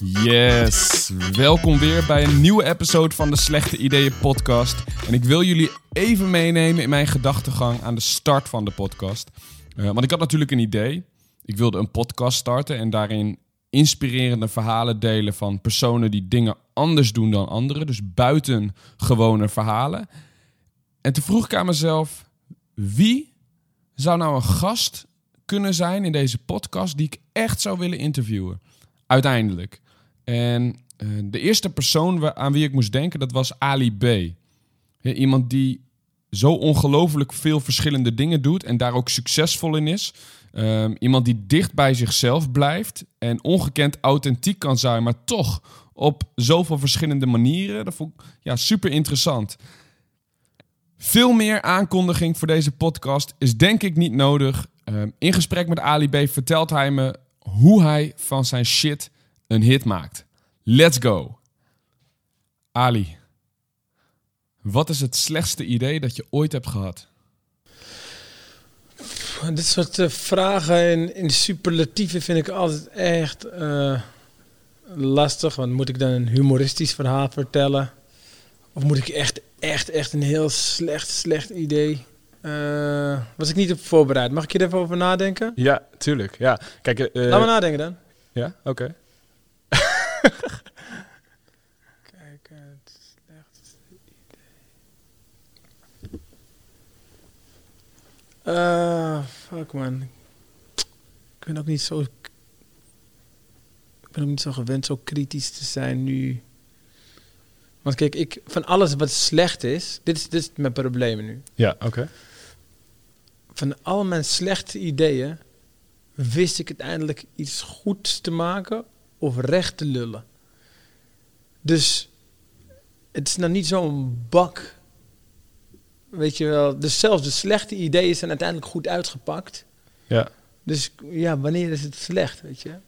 Yes, welkom weer bij een nieuwe episode van de Slechte Ideeën podcast. En ik wil jullie even meenemen in mijn gedachtegang aan de start van de podcast. Want ik had natuurlijk een idee. Ik wilde een podcast starten en daarin inspirerende verhalen delen van personen die dingen anders doen dan anderen. Dus buiten gewone verhalen. En toen vroeg ik aan mezelf, wie zou nou een gast kunnen zijn in deze podcast die ik echt zou willen interviewen? Uiteindelijk. En de eerste persoon aan wie ik moest denken, dat was Ali B. Iemand die zo ongelooflijk veel verschillende dingen doet en daar ook succesvol in is. Iemand die dicht bij zichzelf blijft en ongekend authentiek kan zijn, maar toch op zoveel verschillende manieren. Dat vond ik super interessant. Veel meer aankondiging voor deze podcast is denk ik niet nodig. In gesprek met Ali B vertelt hij me hoe hij van zijn shit een hit maakt. Let's go. Ali, wat is het slechtste idee dat je ooit hebt gehad? Dit soort vragen in superlatieven vind ik altijd echt lastig. Want moet ik dan een humoristisch verhaal vertellen? Of moet ik echt een heel slecht idee? Was ik niet op voorbereid. Mag ik je er even over nadenken? Ja, tuurlijk. Ja. Kijk, laat me nadenken dan. Ja, oké. Kijk, het slechtste idee. Fuck man. Ik ben ook niet zo gewend zo kritisch te zijn nu. Want kijk, van alles wat slecht is, dit is mijn probleem nu. Ja, oké. Van al mijn slechte ideeën wist ik uiteindelijk iets goeds te maken of recht te lullen. Dus het is nou niet zo'n bak. Weet je wel, dus zelfs de slechte ideeën zijn uiteindelijk goed uitgepakt. Ja. Dus ja, wanneer is het slecht, weet je?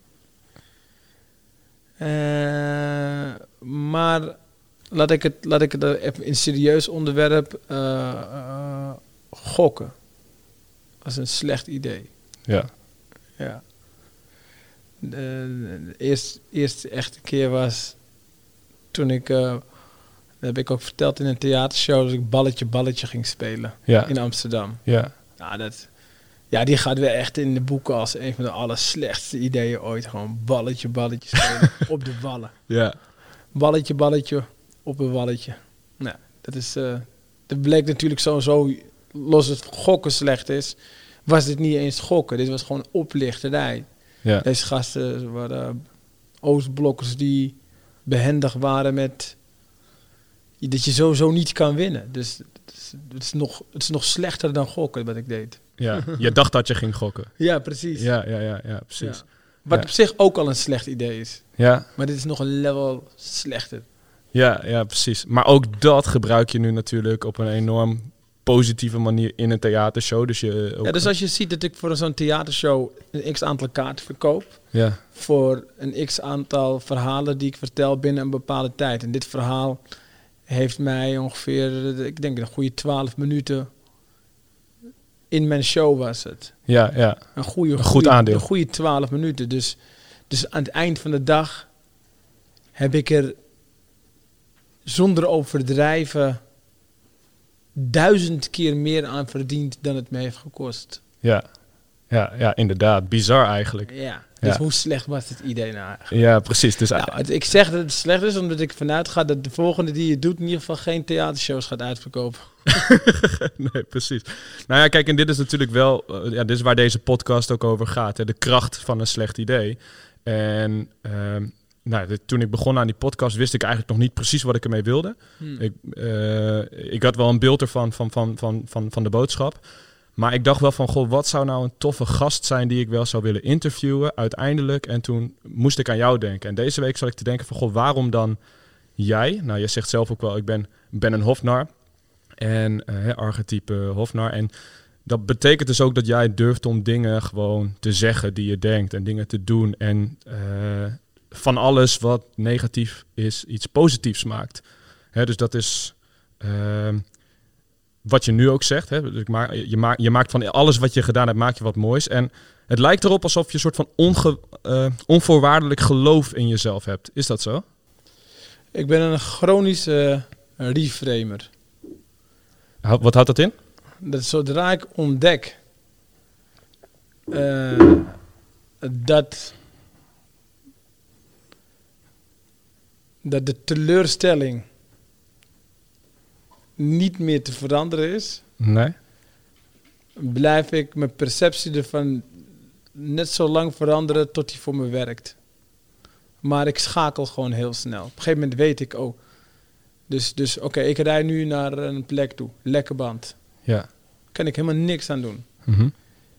Maar laat ik het even in serieus onderwerp gokken. Dat is een slecht idee. Ja. Ja. De eerste echte keer was toen ik, dat heb ik ook verteld in een theatershow, dat ik balletje ging spelen in Amsterdam. Ja. Nou, die gaat weer echt in de boeken als een van de allerslechtste ideeën ooit. Gewoon balletje spelen op de wallen. Ja. Balletje op een walletje. Nou, dat bleek natuurlijk zo los het gokken slecht is, was dit niet eens gokken. Dit was gewoon oplichterij. Ja. Deze gasten waren Oostblokkers die behendig waren met dat je sowieso niet kan winnen. Dus het is nog slechter dan gokken wat ik deed. Ja. Je dacht dat je ging gokken. Ja, precies. Ja, precies. Ja. Wat op zich ook al een slecht idee is. Ja. Maar dit is nog een level slechter. Ja, precies. Maar ook dat gebruik je nu natuurlijk op een enorm positieve manier in een theatershow. Dus dus als je ziet dat ik voor zo'n theatershow een x-aantal kaarten verkoop, ja, voor een x-aantal verhalen die ik vertel binnen een bepaalde tijd. En dit verhaal heeft mij ongeveer, ik denk een goede 12 minuten in mijn show was het. Ja. Een goed aandeel. Een goede 12 minuten. Dus aan het eind van de dag heb ik er zonder overdrijven 1000 keer meer aan verdiend dan het me heeft gekost. Ja, inderdaad. Bizar eigenlijk. Ja, dus hoe slecht was het idee nou eigenlijk? Ja, precies. Dus ik zeg dat het slecht is, omdat ik vanuit ga dat de volgende die je doet in ieder geval geen theatershows gaat uitverkopen. Nee, precies. Nou ja, kijk, en dit is natuurlijk wel, dit is waar deze podcast ook over gaat. Hè, de kracht van een slecht idee. En toen ik begon aan die podcast wist ik eigenlijk nog niet precies wat ik ermee wilde. Ik had wel een beeld ervan van de boodschap. Maar ik dacht wel van, goh, wat zou nou een toffe gast zijn die ik wel zou willen interviewen uiteindelijk. En toen moest ik aan jou denken. En deze week zat ik te denken van, goh, waarom dan jij? Nou, je zegt zelf ook wel, ik ben een hofnar. En archetype hofnar. En dat betekent dus ook dat jij durft om dingen gewoon te zeggen die je denkt. En dingen te doen. En van alles wat negatief is, iets positiefs maakt. Dus dat is wat je nu ook zegt. Hè? Dus je maakt van alles wat je gedaan hebt, maak je wat moois. En het lijkt erop alsof je een soort van onvoorwaardelijk geloof in jezelf hebt. Is dat zo? Ik ben een chronische reframer. Wat houdt dat in? Dat zodra ik ontdek dat de teleurstelling niet meer te veranderen is, Nee. blijf ik mijn perceptie ervan net zo lang veranderen tot die voor me werkt. Maar ik schakel gewoon heel snel. Op een gegeven moment weet ik, dus oké, ik rijd nu naar een plek toe. Lekker band. Ja. Kan ik helemaal niks aan doen. Mm-hmm.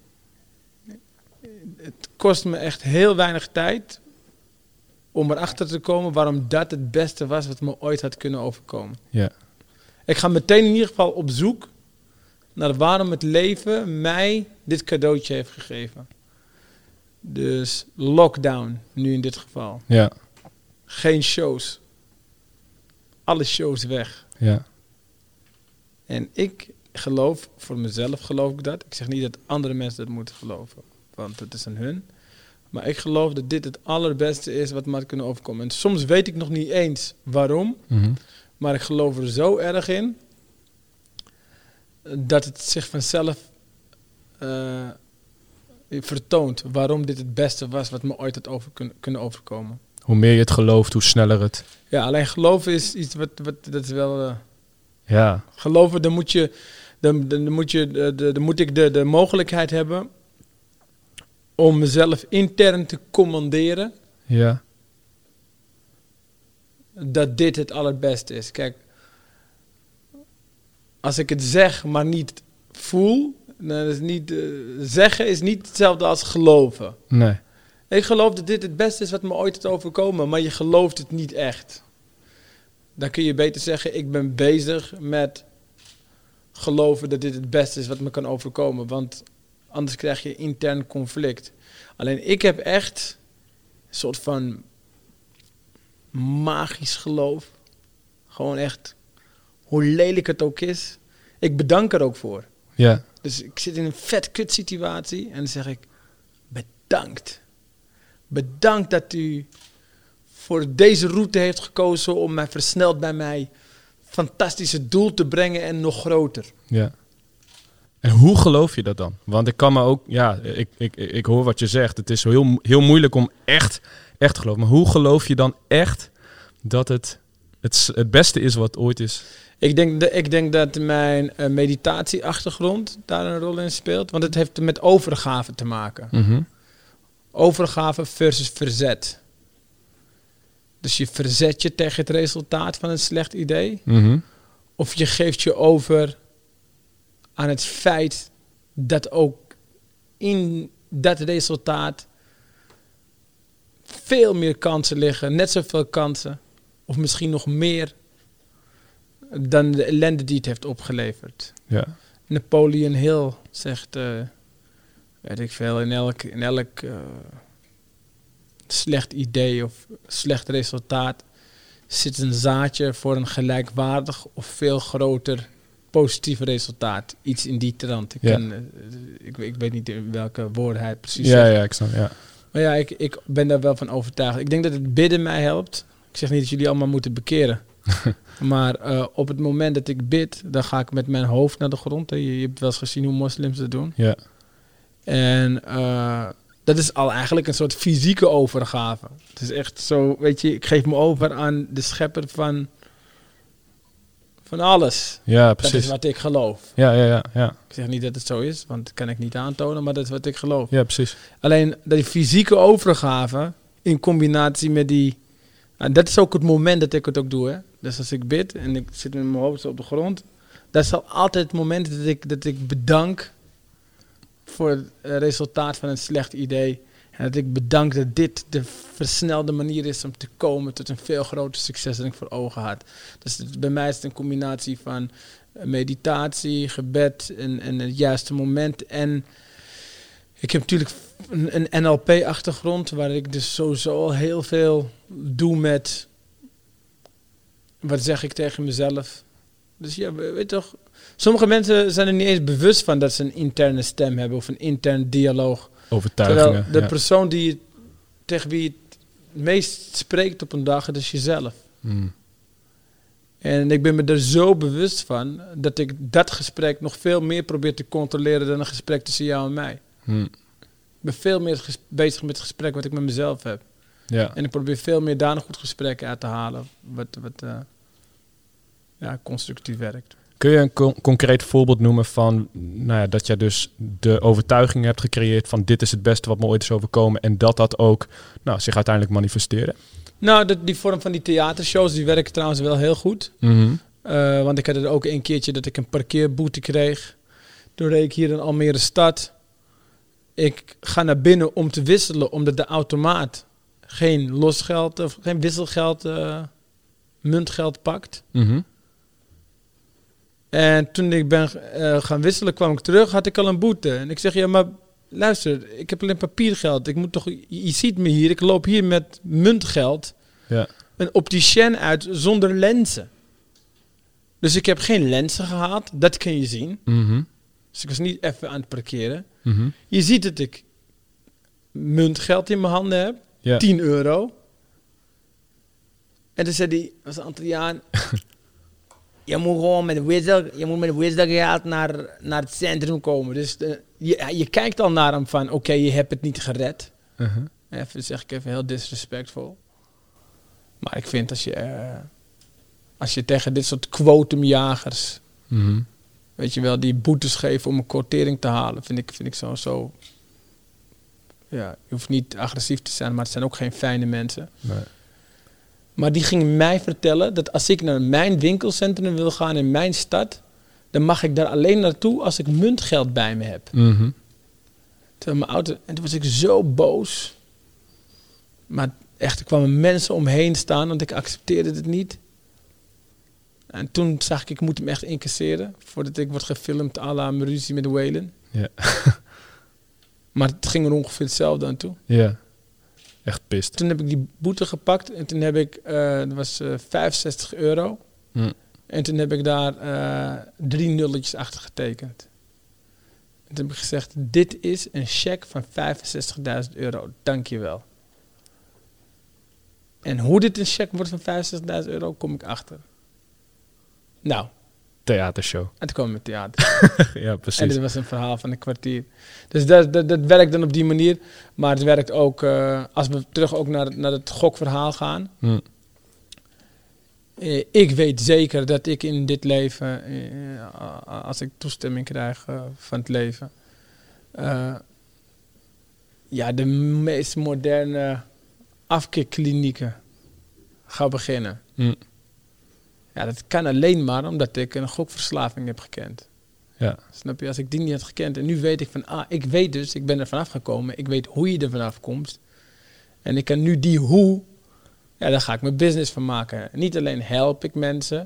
Het kost me echt heel weinig tijd om erachter te komen waarom dat het beste was wat me ooit had kunnen overkomen. Ja. Ik ga meteen in ieder geval op zoek naar waarom het leven mij dit cadeautje heeft gegeven. Dus lockdown, nu in dit geval. Ja. Geen shows. Alle shows weg. Ja. En ik geloof, voor mezelf geloof ik dat. Ik zeg niet dat andere mensen dat moeten geloven, want het is aan hun. Maar ik geloof dat dit het allerbeste is wat me had kunnen overkomen. En soms weet ik nog niet eens waarom, Mm-hmm. maar ik geloof er zo erg in dat het zich vanzelf vertoont waarom dit het beste was wat me ooit had kunnen overkomen. Hoe meer je het gelooft, hoe sneller het... Ja, alleen geloven is iets wat dat is wel... Ja. Geloven, dan moet ik de mogelijkheid hebben om mezelf intern te commanderen Ja. dat dit het allerbeste is. Kijk, als ik het zeg, maar niet voel, dan is niet, zeggen is niet hetzelfde als geloven. Nee. Ik geloof dat dit het beste is wat me ooit is overkomen, maar je gelooft het niet echt. Dan kun je beter zeggen, ik ben bezig met geloven dat dit het beste is wat me kan overkomen. Want anders krijg je intern conflict. Alleen ik heb echt een soort van magisch geloof. Gewoon echt, hoe lelijk het ook is. Ik bedank er ook voor. Ja. Dus ik zit in een vet kut situatie en dan zeg ik, bedankt. Bedankt dat u voor deze route heeft gekozen om mij versneld bij mij fantastische doel te brengen en nog groter. Ja. En hoe geloof je dat dan? Want ik kan me ook... Ja, ik hoor wat je zegt. Het is heel, heel moeilijk om echt te geloven. Maar hoe geloof je dan echt dat het beste is wat ooit is? Ik denk dat mijn meditatieachtergrond daar een rol in speelt. Want het heeft met overgave te maken. Mm-hmm. Overgave versus verzet. Dus je verzet je tegen het resultaat van een slecht idee. Mm-hmm. Of je geeft je over aan het feit dat ook in dat resultaat veel meer kansen liggen. Net zoveel kansen. Of misschien nog meer dan de ellende die het heeft opgeleverd. Ja. Napoleon Hill zegt, weet ik veel, in elk slecht idee of slecht resultaat zit een zaadje voor een gelijkwaardig of veel groter positief resultaat. Iets in die trant. Ik weet niet in welke woorden hij precies zegt. Ja, ik snap, ja. Maar ja, ik ben daar wel van overtuigd. Ik denk dat het bidden mij helpt. Ik zeg niet dat jullie allemaal moeten bekeren. Maar op het moment dat ik bid, dan ga ik met mijn hoofd naar de grond. Hè. Je hebt wel eens gezien hoe moslims dat doen. Ja. En dat is al eigenlijk een soort fysieke overgave. Het is echt zo, weet je, ik geef me over aan de schepper van alles. Ja, precies. Dat is wat ik geloof. Ja. Ik zeg niet dat het zo is, want dat kan ik niet aantonen, maar dat is wat ik geloof. Ja, precies. Alleen die fysieke overgave in combinatie met die... En dat is ook het moment dat ik het ook doe. Hè? Dus als ik bid en ik zit met mijn hoofd op de grond, dat is al altijd het moment dat ik bedank voor het resultaat van een slecht idee. En dat ik bedank dat dit de versnelde manier is om te komen tot een veel groter succes dan ik voor ogen had. Dus bij mij is het een combinatie van meditatie, gebed en het juiste moment. En ik heb natuurlijk een NLP-achtergrond waar ik dus sowieso al heel veel doe met... Wat zeg ik tegen mezelf? Dus ja, weet toch, sommige mensen zijn er niet eens bewust van dat ze een interne stem hebben of een intern dialoog. Overtuigingen. Terwijl de persoon tegen wie je het meest spreekt op een dag, dat is jezelf. En ik ben me er zo bewust van dat ik dat gesprek nog veel meer probeer te controleren dan een gesprek tussen jou en mij. Ik ben veel meer bezig met het gesprek wat ik met mezelf heb. Ja. En ik probeer veel meer daar een goed gesprek uit te halen wat constructief werkt. Kun je een concreet voorbeeld noemen van dat jij dus de overtuiging hebt gecreëerd van dit is het beste wat me ooit is overkomen en dat ook zich uiteindelijk manifesteerde? Nou, die vorm van die theatershows, die werken trouwens wel heel goed. Want ik had er ook een keertje dat ik een parkeerboete kreeg. Toen reed ik hier in Almere stad. Ik ga naar binnen om te wisselen, omdat de automaat geen losgeld of geen wisselgeld, muntgeld pakt. En toen ik ben gaan wisselen, kwam ik terug, had ik al een boete. En ik zeg, ja, maar luister, ik heb alleen papiergeld. Ik moet toch, je ziet me hier, ik loop hier met muntgeld. Ja. Een opticien uit zonder lenzen. Dus ik heb geen lenzen gehad, dat kun je zien. Dus ik was niet even aan het parkeren. Je ziet dat ik muntgeld in mijn handen heb. Ja. 10 euro. En toen zei hij, was een Antilliaan, je moet gewoon met wisselgeld naar het centrum komen. Dus je kijkt al naar hem van, oké, je hebt het niet gered. Even zeg ik even heel disrespectvol. Maar ik vind als je tegen dit soort quotumjagers, weet je wel, die boetes geven om een quotering te halen, vind ik zo. Ja, je hoeft niet agressief te zijn, maar het zijn ook geen fijne mensen. Nee. Maar die gingen mij vertellen dat als ik naar mijn winkelcentrum wil gaan in mijn stad, dan mag ik daar alleen naartoe als ik muntgeld bij me heb. Terwijl mijn auto, en toen was ik zo boos. Maar echt, er kwamen mensen omheen staan, want ik accepteerde het niet. En toen zag ik moet hem echt incasseren, voordat ik word gefilmd à la mijn ruzie met Waylon. Ja. Maar het ging er ongeveer hetzelfde aan toe. Ja, echt pist. Toen heb ik die boete gepakt en toen heb ik, dat was 65 euro. En toen heb ik daar 3 nulletjes achter getekend. En toen heb ik gezegd, dit is een cheque van 65.000 euro, dank je wel. En hoe dit een cheque wordt van 65.000 euro, kom ik achter. Nou. Theatershow. En toen kwam ik met theater. Ja, precies. En dit was een verhaal van een kwartier. Dus dat werkt dan op die manier. Maar het werkt ook, als we terug ook naar het gokverhaal gaan. Ik weet zeker dat ik in dit leven, als ik toestemming krijg van het leven, de meest moderne afkikklinieken ga beginnen. Ja, dat kan alleen maar omdat ik een gokverslaving heb gekend. Ja. Snap je? Als ik die niet had gekend en nu weet ik van, ik weet dus, ik ben er vanaf gekomen, ik weet hoe je er vanaf komt. En ik kan nu die hoe, daar ga ik mijn business van maken. Niet alleen help ik mensen,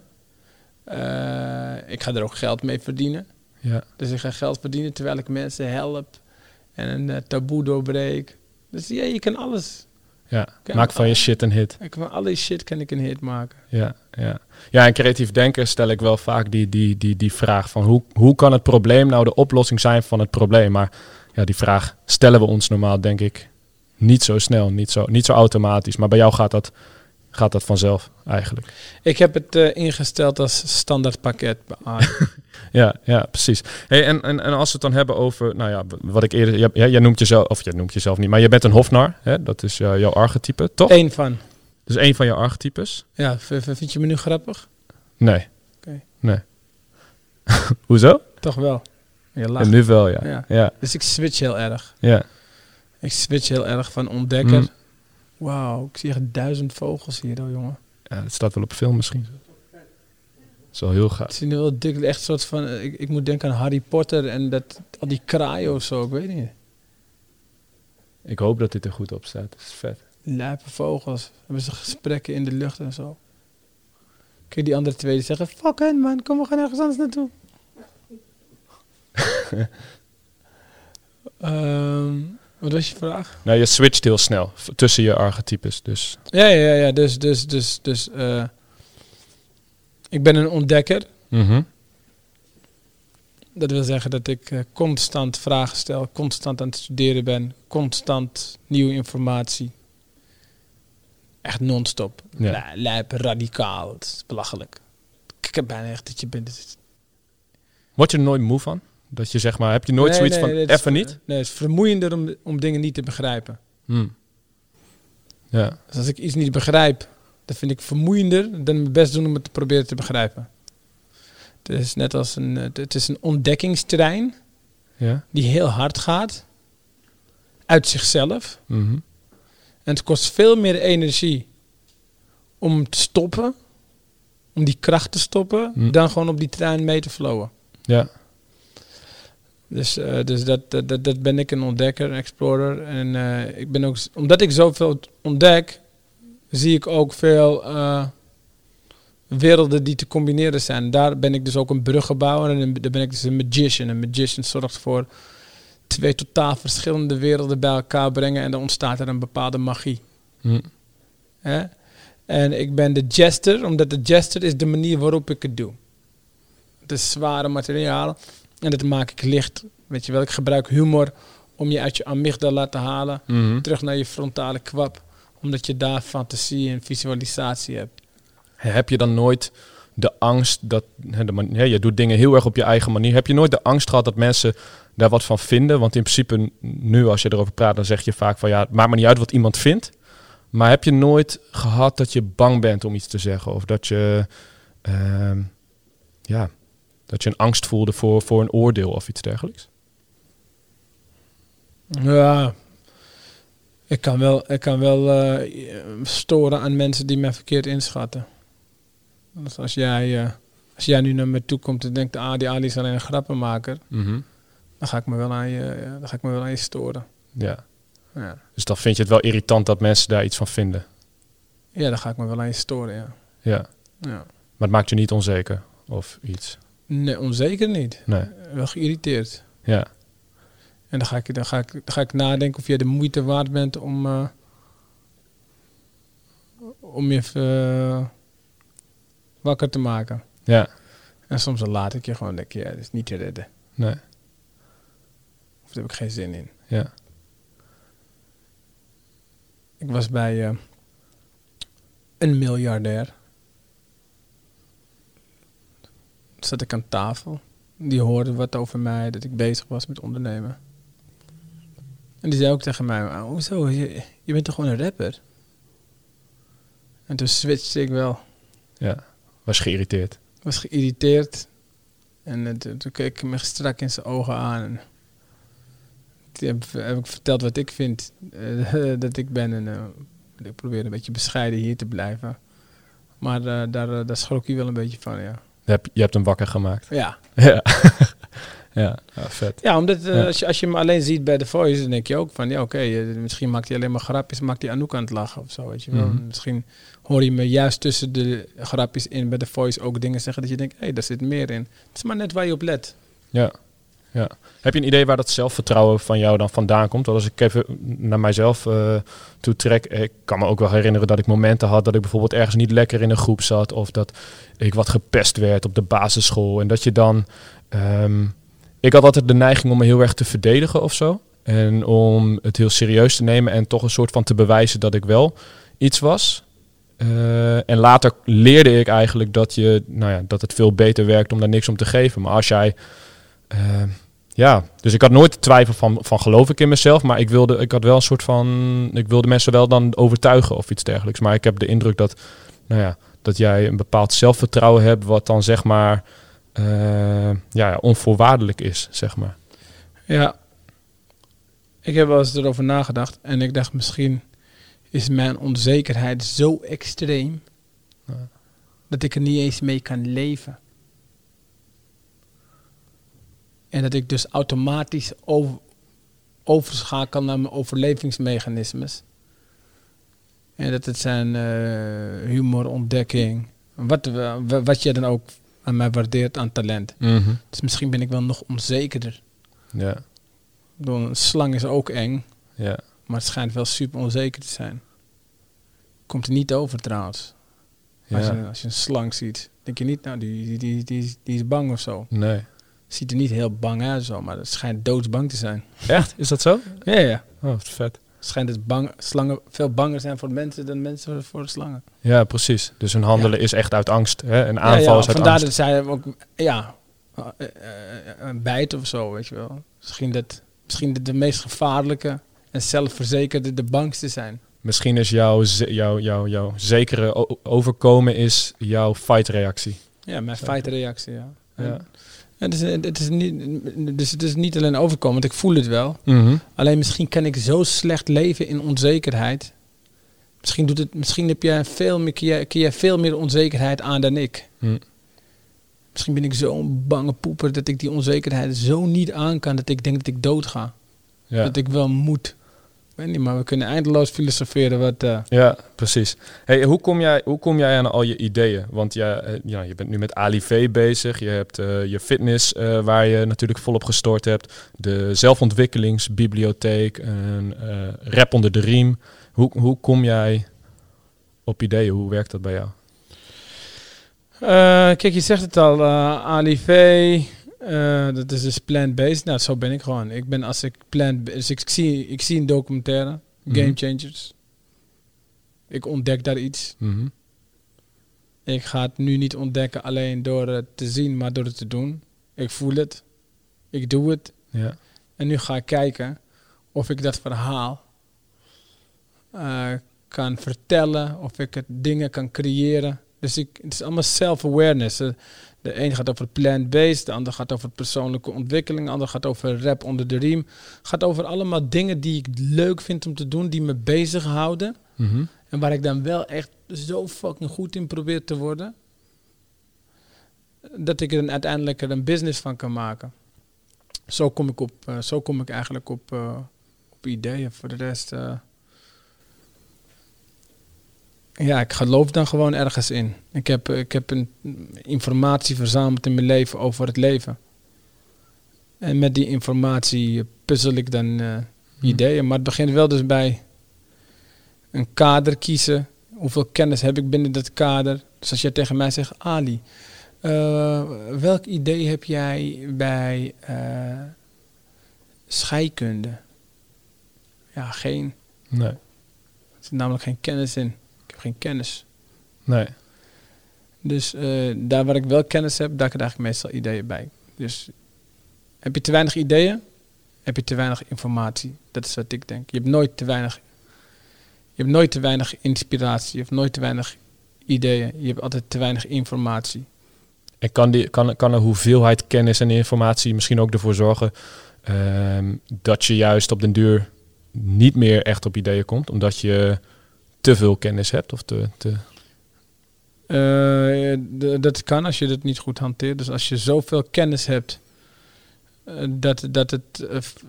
ik ga er ook geld mee verdienen. Ja. Dus ik ga geld verdienen terwijl ik mensen help en een taboe doorbreek. Dus ja, je kan alles. Ja, maak van je shit een hit. Van alle shit kan ik een hit maken. Ja, en creatief denken stel ik wel vaak die vraag van hoe kan het probleem nou de oplossing zijn van het probleem? Maar ja, die vraag stellen we ons normaal denk ik niet zo snel, niet zo automatisch. Maar bij jou gaat dat vanzelf eigenlijk. Ik heb het ingesteld als standaard pakket. Ja, precies. Hey, en als we het dan hebben over, wat ik eerder, jij noemt jezelf niet, maar je bent een Hofnar, hè? Dat is jouw archetype, toch? Eén van. Dus één van jouw archetypes? Ja, vind je me nu grappig? Nee. Okay. Nee. Hoezo? Toch wel. Je lacht. En nu wel, ja. Dus ik switch heel erg. Ja. Ik switch heel erg van ontdekker. Wauw, ik zie echt 1000 vogels hier, jongen. Ja, het staat wel op film misschien. Dat is wel heel gaaf. Het is nu wel dik, echt een soort van, ik moet denken aan Harry Potter en al die kraaien of zo, ik weet niet. Ik hoop dat dit er goed op staat, dat is vet. Lijpe vogels, hebben ze gesprekken in de lucht en zo. Kijk, die andere twee die zeggen, fuck hen man, kom we gaan ergens anders naartoe. Wat was je vraag? Nou, je switcht heel snel tussen je archetypes, dus. Ja, dus ik ben een ontdekker. Mhm. Dat wil zeggen dat ik constant vragen stel, constant aan het studeren ben, constant nieuwe informatie. Echt non-stop. Ja. Lijp, radicaal. Het is belachelijk. Ik heb bijna echt dat je bent... Word je er nooit moe van? Dat je zeg maar, heb je nooit zoiets van, het even is, niet? Nee, het is vermoeiender om dingen niet te begrijpen. Ja. Dus als ik iets niet begrijp, dan vind ik vermoeiender dan mijn best doen om het te proberen te begrijpen. Het is net als het is een ontdekkingsterrein Ja. die heel hard gaat. Uit zichzelf. Mhm. En het kost veel meer energie om te stoppen. Om die kracht te stoppen. Dan gewoon op die trein mee te flowen. Ja. Dus dat ben ik, een ontdekker, een explorer. En ik ben ook, omdat ik zoveel ontdek, zie ik ook veel werelden die te combineren zijn. Daar ben ik dus ook een bruggenbouwer en daar ben ik dus een magician. Een magician zorgt voor 2 totaal verschillende werelden bij elkaar brengen en dan ontstaat er een bepaalde magie. Hè? En ik ben de jester, omdat de jester is de manier waarop ik het doe. Het is zware materiaal en dat maak ik licht. Weet je wel, ik gebruik humor om je uit je amygdala te halen, terug naar je frontale kwab, omdat je daar fantasie en visualisatie hebt. Heb je dan nooit de angst dat... je doet dingen heel erg op je eigen manier. Heb je nooit de angst gehad dat mensen daar wat van vinden? Want in principe, nu als je erover praat, dan zeg je vaak van... ja, het maakt me niet uit wat iemand vindt. Maar heb je nooit gehad dat je bang bent om iets te zeggen? Of dat je... dat je een angst voelde voor een oordeel of iets dergelijks? Ja, ik kan wel storen aan mensen die mij verkeerd inschatten. Dus als jij nu naar me toe komt en denkt, die Ali is alleen een grappenmaker, dan ga ik me wel aan je storen. Ja. Ja. Dus dan vind je het wel irritant dat mensen daar iets van vinden? Ja, dan ga ik me wel aan je storen, ja. Ja. Maar het maakt je niet onzeker of iets? Nee, onzeker niet. Nee. Wel geïrriteerd. Ja. En dan ga ik nadenken of jij de moeite waard bent om je even wakker te maken. Ja. En soms dan laat ik je gewoon denken, ja, dat is niet te redden. Nee. Of daar heb ik geen zin in. Ja. Ik was bij een miljardair. Toen zat ik aan tafel. Die hoorde wat over mij, dat ik bezig was met ondernemen. En die zei ook tegen mij, hoezo, je bent toch gewoon een rapper? En toen switchte ik wel. Ja, was geïrriteerd. Was geïrriteerd. En toen keek ik me strak in zijn ogen aan. En toen heb ik verteld wat ik vind dat ik ben. En ik probeer een beetje bescheiden hier te blijven. Maar daar schrok hij wel een beetje van, ja. Je hebt hem wakker gemaakt. Ja. Ja. Ja, vet. Ja, omdat als je hem alleen ziet bij The Voice, dan denk je ook van, ja oké, misschien maakt hij alleen maar grapjes, maakt hij Anouk aan het lachen of zo, weet je wel. Misschien hoor je me juist tussen de grapjes in bij The Voice ook dingen zeggen dat je denkt, hé, daar zit meer in. Het is maar net waar je op let. Ja. Heb je een idee waar dat zelfvertrouwen van jou dan vandaan komt? Want als ik even naar mijzelf toe trek, ik kan me ook wel herinneren dat ik momenten had dat ik bijvoorbeeld ergens niet lekker in een groep zat of dat ik wat gepest werd op de basisschool en dat je dan... ik had altijd de neiging om me heel erg te verdedigen of zo. En om het heel serieus te nemen en toch een soort van te bewijzen dat ik wel iets was. En later leerde ik eigenlijk dat het veel beter werkt om daar niks om te geven. Maar als jij... dus ik had nooit de twijfel van geloof ik in mezelf. Maar ik had wel een soort van... Ik wilde mensen wel dan overtuigen of iets dergelijks. Maar ik heb de indruk dat jij een bepaald zelfvertrouwen hebt wat dan zeg maar... onvoorwaardelijk is, zeg maar. Ja, ik heb wel eens erover nagedacht en ik dacht misschien is mijn onzekerheid zo extreem dat ik er niet eens mee kan leven. En dat ik dus automatisch overschakel naar mijn overlevingsmechanismes. En dat het zijn humor, ontdekking, wat je dan ook aan mij waardeert aan talent. Dus misschien ben ik wel nog onzekerder. Ja. Een slang is ook eng. Ja. Maar het schijnt wel super onzeker te zijn. Komt er niet over trouwens. Ja. Als je een slang ziet, denk je niet, nou, die is bang of zo. Nee. Ziet er niet heel bang uit zo, maar het schijnt doodsbang te zijn. Echt? Is dat zo? Ja. Oh, wat vet. Het schijnt dat slangen veel banger zijn voor mensen dan mensen voor de slangen. Ja, precies. Dus hun handelen is echt uit angst. Hè? Een aanval is uit vandaar angst. dat zij ook, een bijt of zo, weet je wel. Misschien de meest gevaarlijke en zelfverzekerde de bangste zijn. Misschien is jouw zekere overkomen is jouw fight-reactie. Ja, mijn feitreactie, ja. Ja. Ja, dus het is niet alleen overkomen, want ik voel het wel. Mm-hmm. Alleen misschien kan ik zo slecht leven in onzekerheid. Misschien heb jij kun jij veel meer onzekerheid aan dan ik. Mm. Misschien ben ik zo'n bange poeper dat ik die onzekerheid zo niet aan kan dat ik denk dat ik dood ga. Ja. Dat ik wel moet. Ik weet niet, maar we kunnen eindeloos filosoferen. Ja, precies. Hey, hoe kom jij aan al je ideeën? Want je bent nu met Ali V bezig. Je hebt je fitness waar je natuurlijk volop gestort hebt. De zelfontwikkelingsbibliotheek. Rap onder de riem. Hoe kom jij op ideeën? Hoe werkt dat bij jou? Kijk, je zegt het al. Ali V, dat is dus plant-based. Nou, zo ben ik gewoon. Dus ik zie een documentaire. Game Changers. Ik ontdek daar iets. Mm-hmm. Ik ga het nu niet ontdekken alleen door het te zien, maar door het te doen. Ik voel het. Ik doe het. Ja. En nu ga ik kijken of ik dat verhaal kan vertellen. Of ik het dingen kan creëren. Dus het is allemaal self-awareness. De een gaat over plant-based, de ander gaat over persoonlijke ontwikkeling, de ander gaat over rap onder de riem. Gaat over allemaal dingen die ik leuk vind om te doen, die me bezighouden. Mm-hmm. En waar ik dan wel echt zo fucking goed in probeer te worden, dat ik er uiteindelijk een business van kan maken. Zo kom ik eigenlijk op ideeën. Voor de rest, ik geloof dan gewoon ergens in. Ik heb een informatie verzameld in mijn leven over het leven. En met die informatie puzzel ik dan ideeën. Maar het begint wel dus bij een kader kiezen. Hoeveel kennis heb ik binnen dat kader? Dus als jij tegen mij zegt, Ali, welk idee heb jij bij scheikunde? Ja, geen. Nee. Er zit namelijk geen kennis in. Ik heb geen kennis. Nee. Dus daar waar ik wel kennis heb, daar krijg ik meestal ideeën bij. Dus heb je te weinig ideeën, heb je te weinig informatie. Dat is wat ik denk. Je hebt nooit te weinig inspiratie. Je hebt nooit te weinig ideeën. Je hebt altijd te weinig informatie. En kan de hoeveelheid kennis en informatie misschien ook ervoor zorgen dat je juist op den duur niet meer echt op ideeën komt, omdat je te veel kennis hebt? Of dat kan als je het niet goed hanteert. Dus als je zoveel kennis hebt, dat het...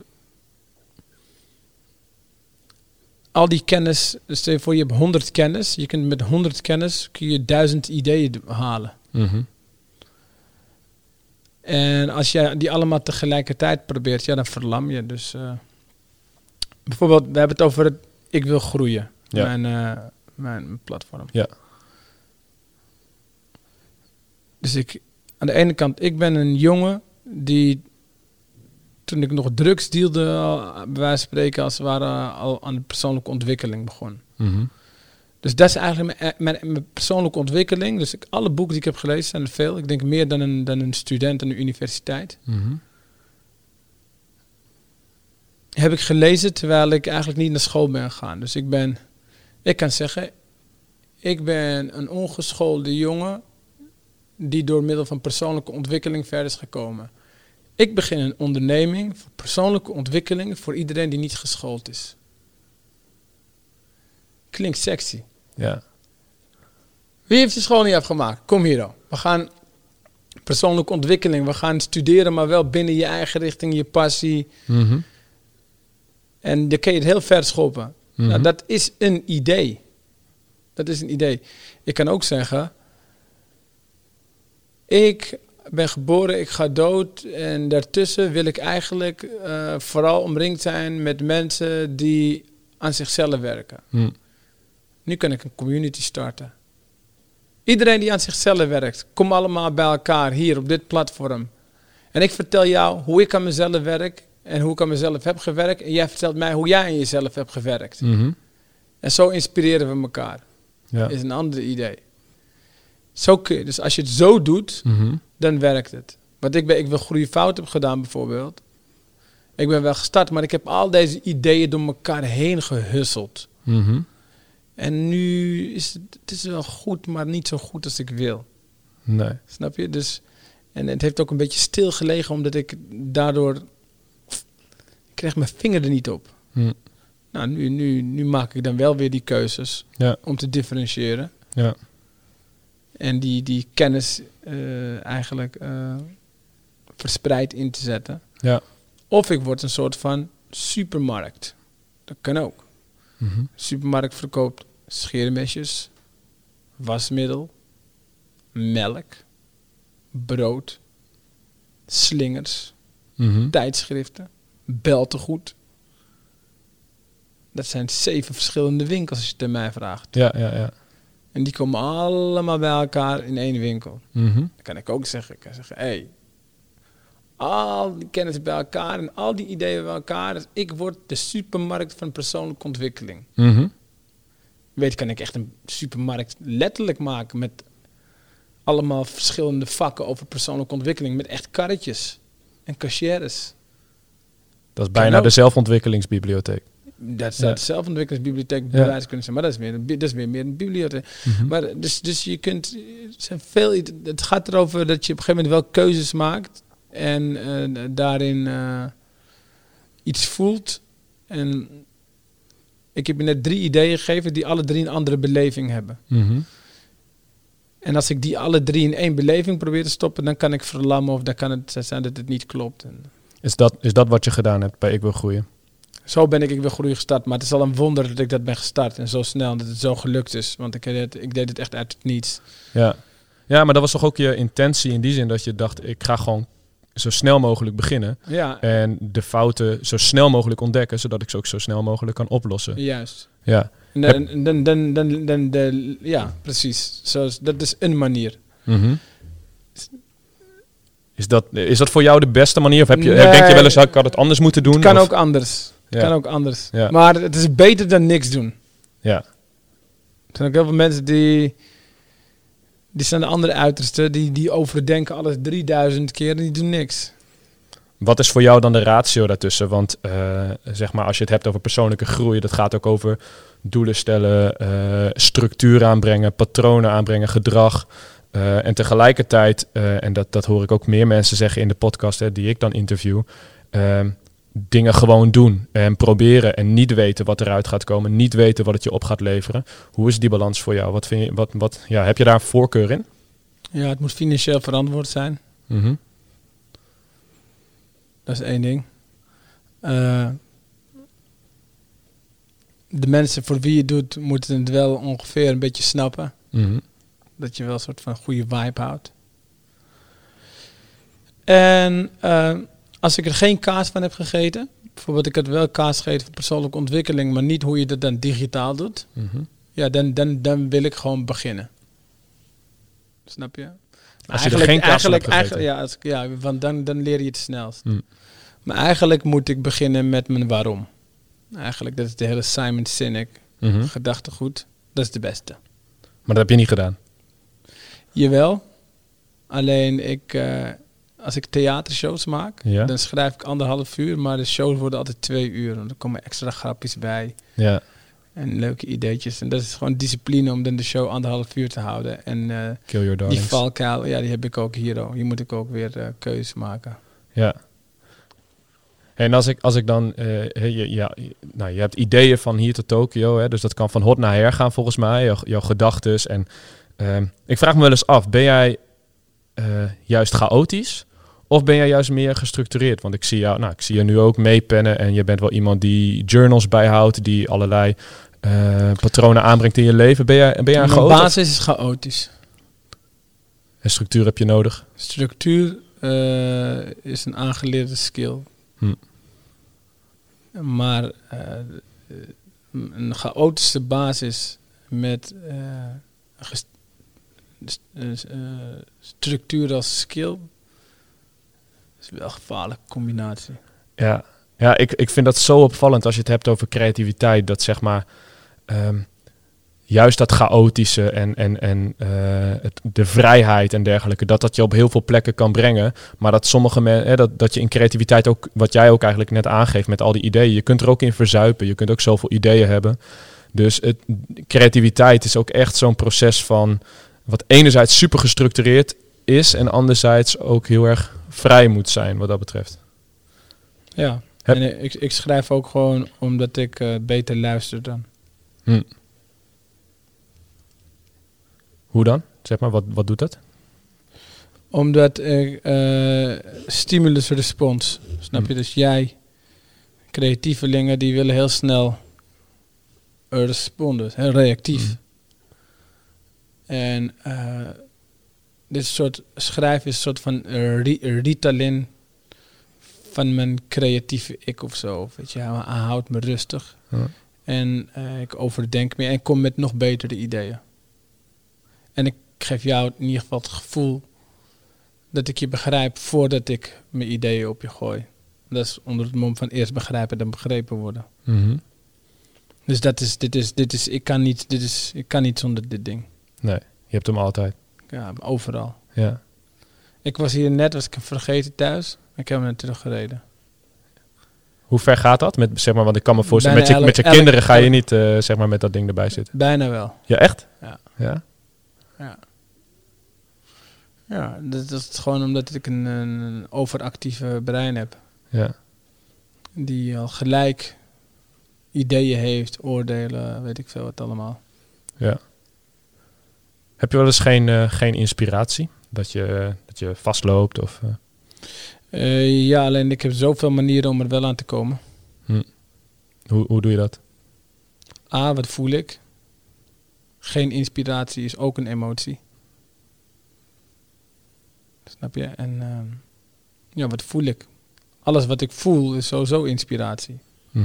al die kennis, stel je voor je hebt 100 kennis. Je kunt met 100 kennis kun je 1000 ideeën halen. Mm-hmm. En als je die allemaal tegelijkertijd probeert, dan verlam je. Dus bijvoorbeeld, we hebben het over het ik wil groeien. Ja. Mijn platform. Ja. Dus aan de ene kant, ik ben een jongen die, toen ik nog drugs dealde, bij wijze van spreken, als het ware al aan de persoonlijke ontwikkeling begon. Mm-hmm. Dus dat is eigenlijk mijn persoonlijke ontwikkeling. Dus alle boeken die ik heb gelezen, zijn er veel. Ik denk meer dan een student aan de universiteit. Mm-hmm. Heb ik gelezen terwijl ik eigenlijk niet naar school ben gegaan. Dus ik kan zeggen, ik ben een ongeschoolde jongen die door middel van persoonlijke ontwikkeling verder is gekomen. Ik begin een onderneming voor persoonlijke ontwikkeling voor iedereen die niet geschoold is. Klinkt sexy. Ja. Wie heeft de school niet afgemaakt? Kom hier dan. We gaan persoonlijke ontwikkeling. We gaan studeren, maar wel binnen je eigen richting, je passie. Mm-hmm. En dan kun je het heel ver schoppen. Mm-hmm. Nou, dat is een idee. Dat is een idee. Ik kan ook zeggen, ik ben geboren, ik ga dood. En daartussen wil ik eigenlijk vooral omringd zijn met mensen die aan zichzelf werken. Mm. Nu kan ik een community starten. Iedereen die aan zichzelf werkt, kom allemaal bij elkaar hier op dit platform. En ik vertel jou hoe ik aan mezelf werk en hoe ik aan mezelf heb gewerkt. En jij vertelt mij hoe jij aan jezelf hebt gewerkt. En zo inspireren we elkaar. Ja. Is een ander idee. Zo kun je, dus als je het zo doet, dan werkt het. Want ik wil goede fout heb gedaan bijvoorbeeld. Ik ben wel gestart, maar ik heb al deze ideeën door elkaar heen gehusseld. En nu is het is wel goed, maar niet zo goed als ik wil. Nee. Snap je? Dus, en het heeft ook een beetje stilgelegen, omdat ik daardoor... Ik kreeg mijn vinger er niet op. Nou, nu maak ik dan wel weer die keuzes om te differentiëren. Ja. En die kennis eigenlijk verspreid in te zetten. Ja. Of ik word een soort van supermarkt. Dat kan ook. Supermarkt verkoopt scheermesjes, wasmiddel, melk, brood, slingers, tijdschriften, beltegoed. Dat zijn 7 verschillende winkels als je het aan mij vraagt. Ja. En die komen allemaal bij elkaar in één winkel. Dan kan ik ook zeggen, hey, al die kennis bij elkaar en al die ideeën bij elkaar. Dus ik word de supermarkt van persoonlijke ontwikkeling. Kan ik echt een supermarkt letterlijk maken met allemaal verschillende vakken over persoonlijke ontwikkeling. Met echt karretjes en cashiers. Dat is bijna de zelfontwikkelingsbibliotheek. Dat zou de zelfontwikkelingsbibliotheek bij wijze kunnen zijn, maar dat is weer meer een bibliotheek. Maar dus je kunt... Het gaat erover dat je op een gegeven moment wel keuzes maakt en daarin iets voelt. En ik heb je net 3 ideeën gegeven die alle 3 een andere beleving hebben. En als ik die alle 3 in één beleving probeer te stoppen, dan kan ik verlammen of dan kan het zijn dat het niet klopt. Is dat wat je gedaan hebt bij Ik Wil Groeien? Zo ben ik Wil Groeien gestart. Maar het is al een wonder dat ik dat ben gestart. En zo snel dat het zo gelukt is. Want ik deed het echt uit het niets. Ja, maar dat was toch ook je intentie in die zin dat je dacht, ik ga gewoon zo snel mogelijk beginnen. Ja. En de fouten zo snel mogelijk ontdekken, zodat ik ze ook zo snel mogelijk kan oplossen. Juist. Ja. Ja, precies. Dat is een manier. Is dat voor jou de beste manier? Of denk je wel eens, ik had het anders moeten doen? Het kan ook anders. Ja. Maar het is beter dan niks doen. Ja. Er zijn ook heel veel mensen die zijn de andere uiterste. Die overdenken alles 3000 keer en die doen niks. Wat is voor jou dan de ratio daartussen? Want zeg maar, als je het hebt over persoonlijke groei, dat gaat ook over doelen stellen, structuur aanbrengen, patronen aanbrengen, gedrag. En tegelijkertijd, en dat hoor ik ook meer mensen zeggen in de podcast die ik dan interview, dingen gewoon doen en proberen en niet weten wat eruit gaat komen, niet weten wat het je op gaat leveren. Hoe is die balans voor jou? Wat vind je, heb je daar een voorkeur in? Ja, het moet financieel verantwoord zijn. Dat is 1 ding. De mensen voor wie je het doet, moeten het wel ongeveer een beetje snappen. Dat je wel een soort van goede vibe houdt. En als ik er geen kaas van heb gegeten, bijvoorbeeld ik had wel kaas gegeten voor persoonlijke ontwikkeling, maar niet hoe je dat dan digitaal doet, ja, dan wil ik gewoon beginnen. Snap je? Als je er geen kaas van hebt gegeten. Want dan leer je het snelst. Maar eigenlijk moet ik beginnen met mijn waarom. Eigenlijk, dat is de hele Simon Sinek gedachtegoed. Dat is de beste. Maar dat heb je niet gedaan? Jawel. Alleen als ik theatershows maak, dan schrijf ik 1,5 uur, maar de shows worden altijd 2 uur. En er komen extra grapjes bij. Ja. En leuke ideetjes. En dat is gewoon discipline om dan de show 1,5 uur te houden. En Kill Your Darlings. Die valkuil, die heb ik ook hier. Hier moet ik ook weer keuzes maken. Ja. En als ik dan... je hebt ideeën van hier tot Tokio. Hè, dus dat kan van hot naar her gaan volgens mij. Jouw gedachtes. En ik vraag me wel eens af. Ben jij juist chaotisch? Of ben jij juist meer gestructureerd? Want ik zie je nu ook meepennen. En je bent wel iemand die journals bijhoudt. Die allerlei patronen aanbrengt in je leven. Ben jij een chaot? Mijn basis is chaotisch. En structuur heb je nodig? Structuur is een aangeleerde skill. Maar een chaotische basis met structuur als skill. Dat is wel een gevaarlijke combinatie. Ja, ik vind dat zo opvallend als je het hebt over creativiteit. Dat zeg maar juist dat chaotische en de vrijheid en dergelijke, dat je op heel veel plekken kan brengen. Maar dat sommige mensen, dat je in creativiteit ook, wat jij ook eigenlijk net aangeeft met al die ideeën, je kunt er ook in verzuipen. Je kunt ook zoveel ideeën hebben. Dus creativiteit is ook echt zo'n proces van wat enerzijds super gestructureerd is en anderzijds ook heel erg vrij moet zijn wat dat betreft. Ja, en ik schrijf ook gewoon omdat ik beter luister dan. Hoe dan? Zeg maar, wat doet dat? Omdat ik stimulus-respons, snap je? Dus jij, creatievelingen, die willen heel snel responden, heel reactief. En dit soort schrijven is een soort van Ritalin van mijn creatieve ik of zo. Weet je, hij houdt me rustig. En ik overdenk meer en kom met nog betere ideeën. En ik geef jou in ieder geval het gevoel dat ik je begrijp voordat ik mijn ideeën op je gooi. Dat is onder het mom van eerst begrijpen dan begrepen worden. Dus ik kan niet zonder dit ding. Nee, je hebt hem altijd. Ja, overal. Ja. Ik was ik hem vergeten thuis. Ik heb hem net teruggereden. Hoe ver gaat dat? Want ik kan me voorstellen, met je kinderen ga je niet met dat ding erbij zitten. Bijna wel. Ja, echt? Ja. Ja, dat is gewoon omdat ik een overactieve brein heb. Ja. Die al gelijk ideeën heeft, oordelen, weet ik veel wat allemaal. Ja. Heb je wel eens geen inspiratie? Dat je vastloopt? Of, ja, alleen ik heb zoveel manieren om er wel aan te komen. Hoe doe je dat? Wat voel ik? Geen inspiratie is ook een emotie. Snap je? En wat voel ik? Alles wat ik voel is sowieso inspiratie.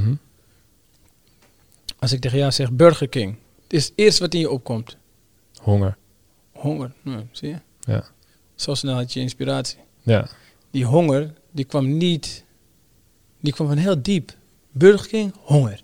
Als ik tegen jou zeg Burger King, het is het eerste wat in je opkomt. Honger. Nee, zie je? Ja. Zo snel had je inspiratie. Ja. Die honger, die kwam van heel diep. Burger King, honger.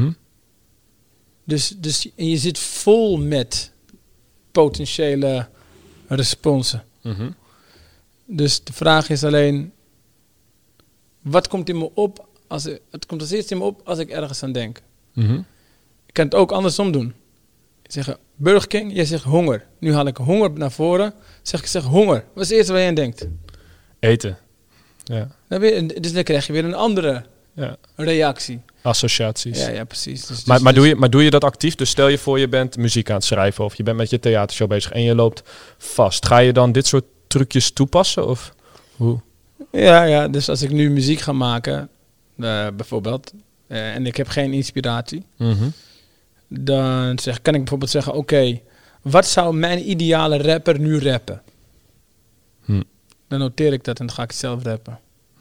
Dus en je zit vol met potentiële responsen. Dus de vraag is alleen, wat komt in me op? Het komt als eerste in me op als ik ergens aan denk. Ik kan het ook andersom doen. Ik zeg Burger King, jij zegt honger. Nu haal ik honger naar voren. Ik zeg honger. Wat is het eerste waar je aan denkt? Eten. Ja. Dus dan krijg je weer een andere reactie. Associaties. Ja, precies. Dus, maar doe je dat actief? Dus stel je voor je bent muziek aan het schrijven of je bent met je theatershow bezig en je loopt vast. Ga je dan dit soort trucjes toepassen? Of hoe? Ja, dus als ik nu muziek ga maken, bijvoorbeeld, en ik heb geen inspiratie, dan kan ik bijvoorbeeld zeggen, oké, wat zou mijn ideale rapper nu rappen? Dan noteer ik dat en dan ga ik het zelf rappen.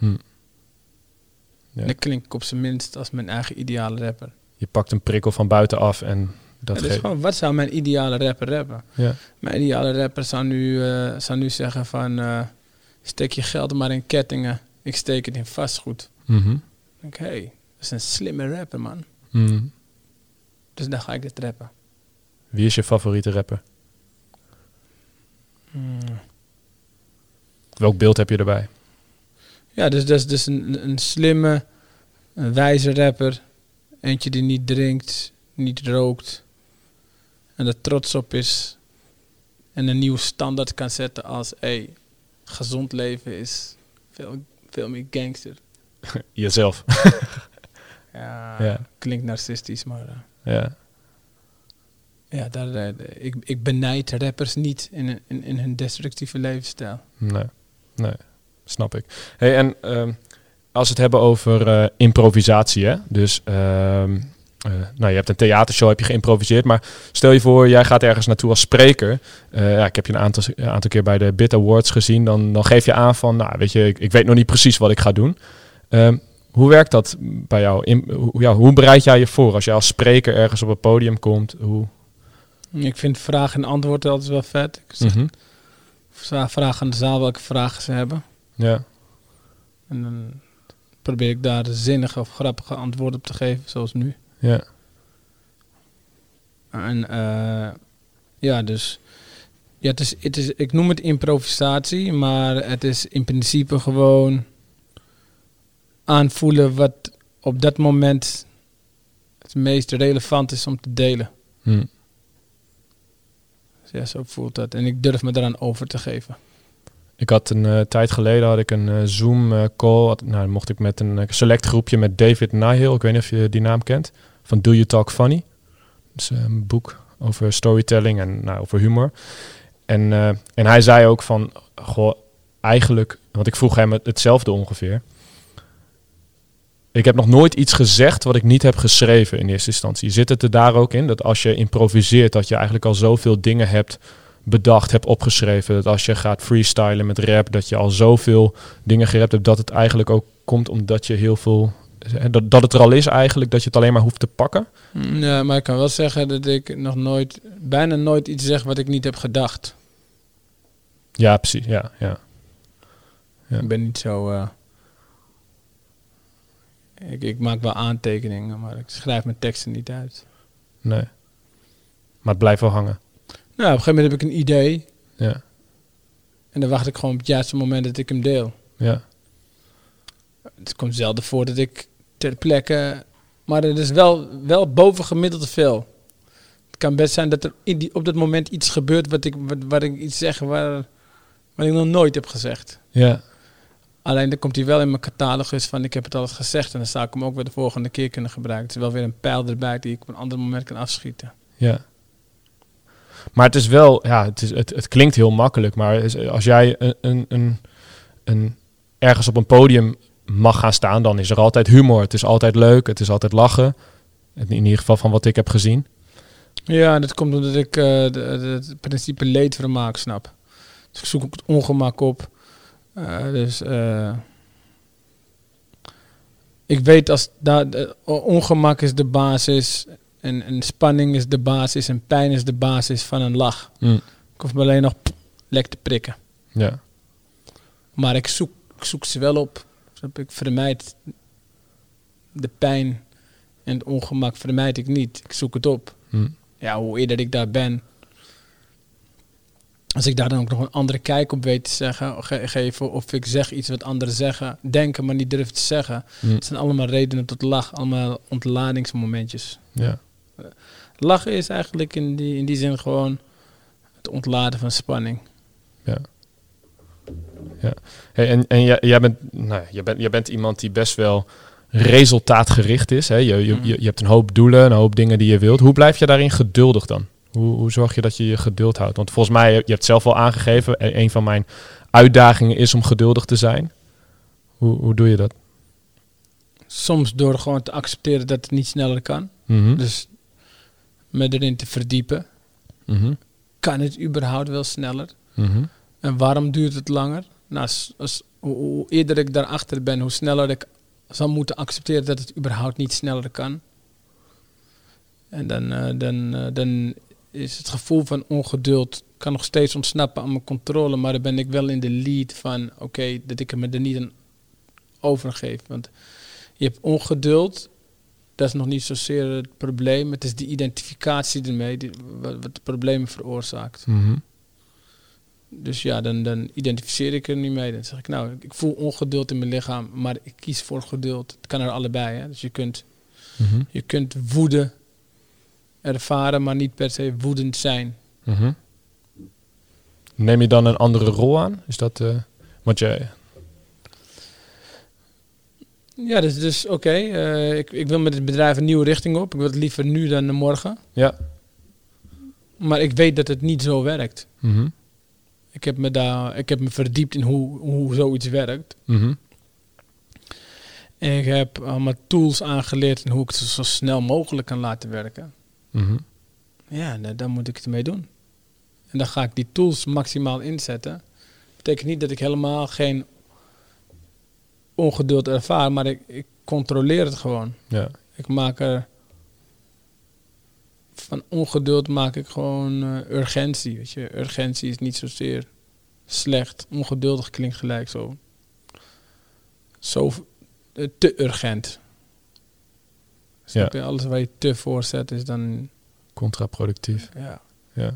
Ja. Dan klink ik op zijn minst als mijn eigen ideale rapper. Je pakt een prikkel van buitenaf en dat dus gewoon, wat zou mijn ideale rapper rappen? Ja. Mijn ideale rapper zou nu zeggen van, steek je geld maar in kettingen, ik steek het in vastgoed. Dan denk ik, hey, dat is een slimme rapper, man. Dus dan ga ik dit rappen. Wie is je favoriete rapper? Welk beeld heb je erbij? Ja, dus een slimme, een wijze rapper. Eentje die niet drinkt, niet rookt. En er trots op is. En een nieuw standaard kan zetten als, gezond leven is veel meer gangster. Jezelf. Ja, klinkt narcistisch, maar... ik benijd rappers niet in hun destructieve levensstijl. Nee, snap ik. Hey, en als we het hebben over improvisatie, hè? Dus je hebt een theatershow, heb je geïmproviseerd, maar stel je voor, jij gaat ergens naartoe als spreker. Ik heb je een aantal keer bij de BIT Awards gezien. Dan geef je aan van, weet je, ik weet nog niet precies wat ik ga doen. Hoe werkt dat bij jou? Hoe bereid jij je voor als je als spreker ergens op het podium komt? Ik vind vraag en antwoord altijd wel vet. Ik zeg, Mhm. vraag aan de zaal welke vragen ze hebben. Ja. En dan probeer ik daar zinnige of grappige antwoorden op te geven, zoals nu. Ja. En dus... Ja, het is, ik noem het improvisatie, maar het is in principe gewoon aanvoelen wat op dat moment het meest relevant is om te delen. Hm. Dus ja, zo voelt dat. En ik durf me eraan over te geven. Ik had een tijd geleden had ik een Zoom call. Nou, mocht ik met een select groepje met David Nihil. Ik weet niet of je die naam kent. Van Do You Talk Funny? Dat is een boek over storytelling en over humor. En hij zei ook van, goh, eigenlijk, want ik vroeg hem hetzelfde ongeveer. Ik heb nog nooit iets gezegd wat ik niet heb geschreven in eerste instantie. Zit het er daar ook in, dat als je improviseert, dat je eigenlijk al zoveel dingen hebt bedacht, hebt opgeschreven. Dat als je gaat freestylen met rap, dat je al zoveel dingen gerapt hebt, dat het eigenlijk ook komt omdat je heel veel... Dat het er al is eigenlijk, dat je het alleen maar hoeft te pakken. Ja, maar ik kan wel zeggen dat ik bijna nooit iets zeg wat ik niet heb gedacht. Ja, precies. Ja. Ik ben niet zo... Ik maak wel aantekeningen, maar ik schrijf mijn teksten niet uit. Nee. Maar het blijft wel hangen. Nou, op een gegeven moment heb ik een idee. Ja. En dan wacht ik gewoon op het juiste moment dat ik hem deel. Ja. Het komt zelden voor dat ik ter plekke... Maar het is wel bovengemiddeld veel. Het kan best zijn dat er op dat moment iets gebeurt wat ik iets zeg wat ik nog nooit heb gezegd. Ja. Alleen dan komt hij wel in mijn catalogus van ik heb het al eens gezegd. En dan zou ik hem ook weer de volgende keer kunnen gebruiken. Het is wel weer een pijl erbij die ik op een ander moment kan afschieten. Ja. Maar het is wel, het klinkt heel makkelijk. Maar als jij een ergens op een podium mag gaan staan, dan is er altijd humor. Het is altijd leuk, het is altijd lachen. In ieder geval van wat ik heb gezien. Ja, dat komt omdat ik het principe leedvermaak snap. Dus ik zoek ook het ongemak op. Ik weet als ongemak is de basis en spanning is de basis en pijn is de basis van een lach. Ik hoef me alleen nog lek te prikken. Ja. Maar ik zoek ze wel op. Ik vermijd de pijn en het ongemak vermijd ik niet. Ik zoek het op. Ja, hoe eerder ik daar ben, als ik daar dan ook nog een andere kijk op weet te zeggen, geven, of ik zeg iets wat anderen zeggen, denken maar niet durven te zeggen. Het zijn allemaal redenen tot lach, allemaal ontladingsmomentjes. Ja. Lachen is eigenlijk in die zin gewoon het ontladen van spanning. Ja. Ja. Hey, en jij bent iemand die best wel resultaatgericht is. Hè? Je hebt een hoop doelen, een hoop dingen die je wilt. Hoe blijf je daarin geduldig dan? Hoe zorg je dat je je geduld houdt? Want volgens mij, je hebt zelf al aangegeven, een van mijn uitdagingen is om geduldig te zijn. Hoe doe je dat? Soms door gewoon te accepteren dat het niet sneller kan. Dus me erin te verdiepen. Kan het überhaupt wel sneller? En waarom duurt het langer? Nou, hoe eerder ik daarachter ben, hoe sneller ik zal moeten accepteren dat het überhaupt niet sneller kan. En dan is het gevoel van ongeduld kan nog steeds ontsnappen aan mijn controle, maar dan ben ik wel in de lead van dat ik me er niet aan overgeef. Want je hebt ongeduld, dat is nog niet zozeer het probleem. Het is de identificatie ermee wat de problemen veroorzaakt. Dus ja, dan identificeer ik er niet mee. Dan zeg ik, nou, ik voel ongeduld in mijn lichaam, maar ik kies voor geduld. Het kan er allebei. Hè? Dus je kunt woede ervaren, maar niet per se woedend zijn. Neem je dan een andere rol aan? Is dat wat jij... Ja, dus oké. Ik wil met het bedrijf een nieuwe richting op. Ik wil het liever nu dan morgen. Ja. Maar ik weet dat het niet zo werkt. Ik heb me verdiept in hoe zoiets werkt. En ik heb allemaal tools aangeleerd in hoe ik het zo snel mogelijk kan laten werken. Ja, dan moet ik het mee doen. En dan ga ik die tools maximaal inzetten. Dat betekent niet dat ik helemaal geen ongeduld ervaar, maar ik controleer het gewoon. Ja. Ik maak er van ongeduld maak ik gewoon urgentie. Weet je, urgentie is niet zozeer slecht. Ongeduldig klinkt gelijk zo te urgent. Snap je? Alles waar je te voor zet is dan contraproductief. Ja.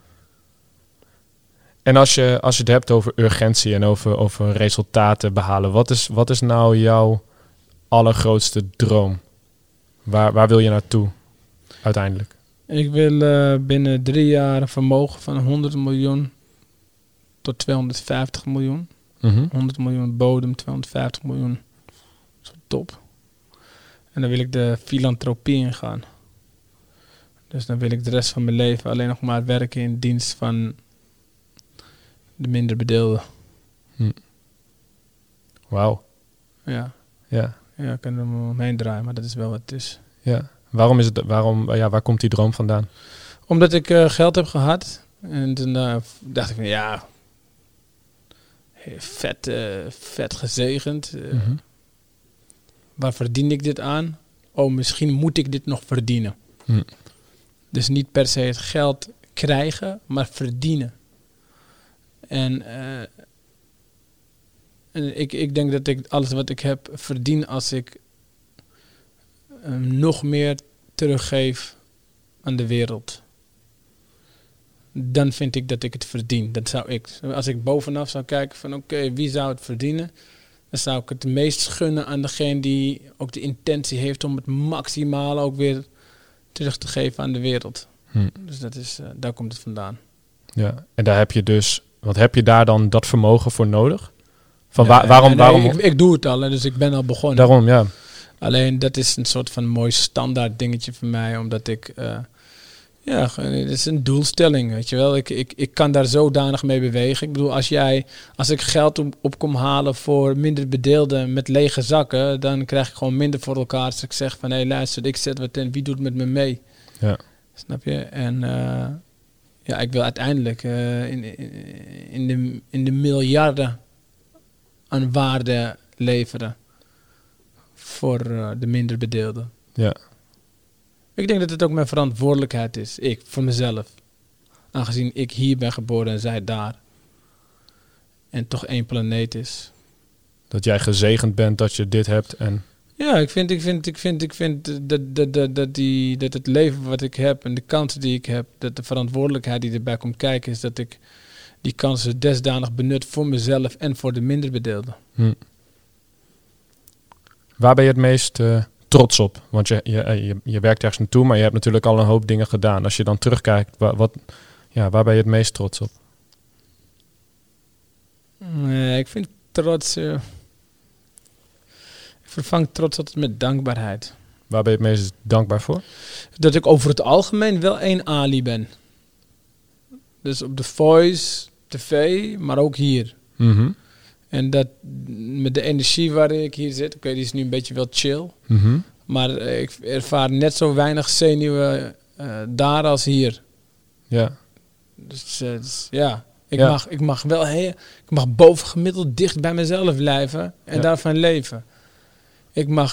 En als je het hebt over urgentie en over resultaten behalen, wat is nou jouw allergrootste droom? Waar wil je naartoe uiteindelijk? Ik wil binnen 3 jaar een vermogen van 100 miljoen tot 250 miljoen. 100 miljoen bodem, 250 miljoen. Zo top. En dan wil ik de filantropie ingaan. Dus dan wil ik de rest van mijn leven alleen nog maar werken in dienst van de minder bedeelden. Wauw. Ja. Ja, ik kan er omheen draaien, maar dat is wel wat het is. Ja. Waar komt die droom vandaan? Omdat ik geld heb gehad. En toen dacht ik van vet gezegend. Waar verdien ik dit aan? Oh, misschien moet ik dit nog verdienen. Dus niet per se het geld krijgen, maar verdienen. En ik denk dat ik alles wat ik heb verdien als ik nog meer teruggeef aan de wereld. Dan vind ik dat ik het verdien. Dat zou ik. Als ik bovenaf zou kijken van oké, wie zou het verdienen? Dan zou ik het meest gunnen aan degene die ook de intentie heeft om het maximaal ook weer terug te geven aan de wereld. Dus dat is, daar komt het vandaan. Ja, en daar heb je dus, wat heb je daar dan dat vermogen voor nodig? Van waarom? Ik doe het al, dus ik ben al begonnen. Daarom, ja. Alleen dat is een soort van mooi standaard dingetje voor mij, omdat ik, het is een doelstelling, weet je wel. Ik kan daar zodanig mee bewegen. Ik bedoel, als ik geld op kom halen voor minder bedeelden met lege zakken, dan krijg ik gewoon minder voor elkaar. Als ik zeg van, hé, luister, ik zet wat in, wie doet met me mee? Ja. Snap je? En ik wil uiteindelijk in de miljarden aan waarde leveren voor de minder bedeelden. Ja. Ik denk dat het ook mijn verantwoordelijkheid is. Voor mezelf. Aangezien ik hier ben geboren en zij daar. En toch 1 planeet is. Dat jij gezegend bent dat je dit hebt en... Ja, ik vind dat het leven wat ik heb en de kansen die ik heb, dat de verantwoordelijkheid die erbij komt kijken, is dat ik die kansen desdanig benut voor mezelf en voor de minder bedeelden. Waar ben je het meest trots op? Want je werkt ergens naartoe, maar je hebt natuurlijk al een hoop dingen gedaan. Als je dan terugkijkt, waar ben je het meest trots op? Ik vind trots... Ik vervang trots altijd met dankbaarheid. Waar ben je het meest dankbaar voor? Dat ik over het algemeen wel 1 Ali ben. Dus op The Voice, TV, maar ook hier. En dat met de energie waar ik hier zit, die is nu een beetje wel chill. Maar ik ervaar net zo weinig zenuwen daar als hier. Ja. Dus ik mag bovengemiddeld dicht bij mezelf blijven en daarvan leven. Ik mag